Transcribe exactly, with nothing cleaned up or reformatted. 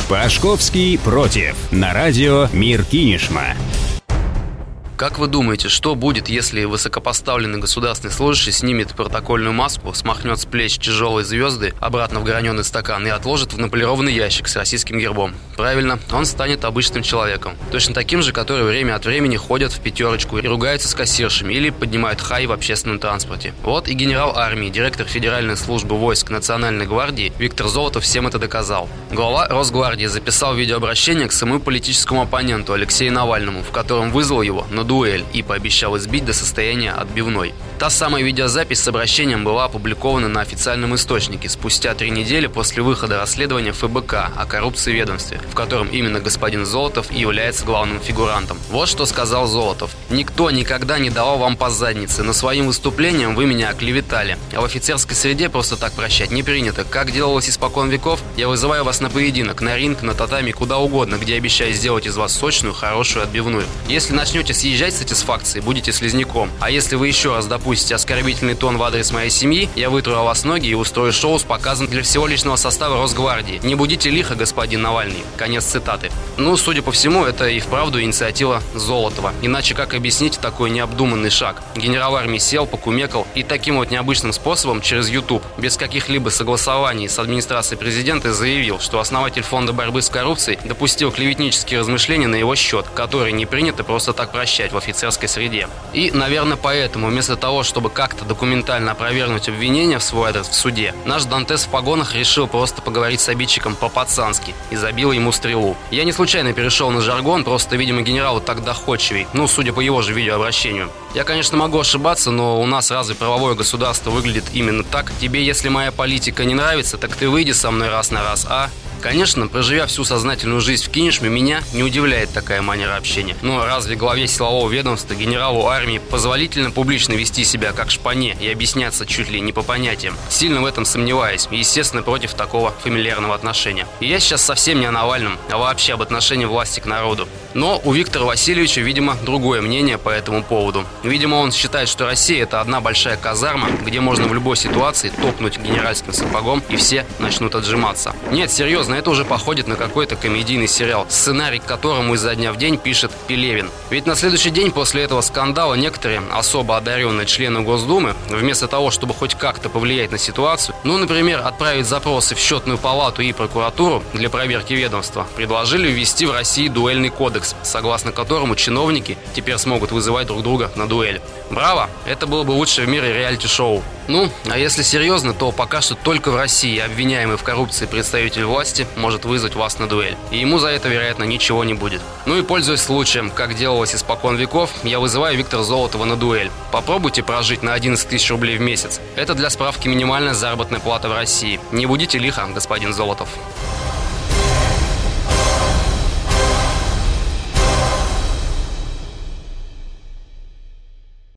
Пашковский против. На радио Мир Кинешма. Как вы думаете, что будет, если высокопоставленный государственный служащий снимет протокольную маску, смахнет с плеч тяжелые звезды обратно в граненый стакан и отложит в наполированный ящик с российским гербом? Правильно, он станет обычным человеком. Точно таким же, который время от времени ходят в пятерочку и ругаются с кассиршами или поднимают хай в общественном транспорте. Вот и генерал армии, директор Федеральной службы войск Национальной гвардии Виктор Золотов всем это доказал. Глава Росгвардии записал видеообращение к своему политическому оппоненту Алексею Навальному, в котором вызвал его на дуэль и пообещал избить до состояния отбивной. Та самая видеозапись с обращением была опубликована на официальном источнике спустя три недели после выхода расследования эф бэ ка о коррупции в ведомстве, в котором именно господин Золотов и является главным фигурантом. Вот что сказал Золотов. «Никто никогда не давал вам по заднице, но своим выступлением вы меня оклеветали. А в офицерской среде просто так прощать не принято. Как делалось испокон веков, я вызываю вас на поединок, на ринг, на татами, куда угодно, где обещаю сделать из вас сочную, хорошую отбивную. Если начнете съезжать с сатисфакции, будете слизняком. А если вы еще раз допустите оскорбительный тон в адрес моей семьи, я вытру о вас ноги и устрою шоу с показом для всего личного состава Росгвардии. Не будите лихо, господин Навальный». Конец цитаты. Ну, судя по всему, это и вправду инициатива Золотова. Иначе как объяснить такой необдуманный шаг? Генерал армии сел, покумекал и таким вот необычным способом через YouTube, без каких-либо согласований с администрацией президента, заявил, что основатель фонда борьбы с коррупцией допустил клеветнические размышления на его счет, которые не принято просто так прощать в офицерской среде. И, наверное, поэтому, вместо того, чтобы как-то документально опровергнуть обвинения в свой адрес в суде, наш Дантес в погонах решил просто поговорить с обидчиком по-пацански и забил ему стрелу. Я не случайно перешел на жаргон, просто, видимо, генерал так доходчивей, ну, судя по его же видеообращению. Я, конечно, могу ошибаться, но у нас разве правовое государство выглядит именно так? Тебе, если моя политика не нравится, так ты выйди со мной раз на раз, а? Конечно, проживя всю сознательную жизнь в Кинешме, меня не удивляет такая манера общения. Но разве главе силового ведомства, генералу армии позволительно публично вести себя как шпане и объясняться чуть ли не по понятиям? Сильно в этом сомневаюсь и, естественно, против такого фамильярного отношения. И я сейчас совсем не о Навальном, а вообще об отношении власти к народу. Но у Виктора Васильевича, видимо, другое мнение по этому поводу. Видимо, он считает, что Россия – это одна большая казарма, где можно в любой ситуации топнуть генеральским сапогом и все начнут отжиматься. Нет, серьезно, это уже походит на какой-то комедийный сериал, сценарий к которому изо дня в день пишет Пелевин. Ведь на следующий день после этого скандала некоторые особо одаренные члены Госдумы, вместо того, чтобы хоть как-то повлиять на ситуацию, ну, например, отправить запросы в счетную палату и прокуратуру для проверки ведомства, предложили ввести в России дуэльный кодекс, согласно которому чиновники теперь смогут вызывать друг друга на дуэль. Браво! Это было бы лучшее в мире реалити-шоу. Ну, а если серьезно, то пока что только в России обвиняемый в коррупции представитель власти может вызвать вас на дуэль. И ему за это, вероятно, ничего не будет. Ну и пользуясь случаем, как делалось испокон веков, я вызываю Виктора Золотова на дуэль. Попробуйте прожить на одиннадцать тысяч рублей в месяц. Это для справки минимальная заработная плата в России. Не будите лихо, господин Золотов.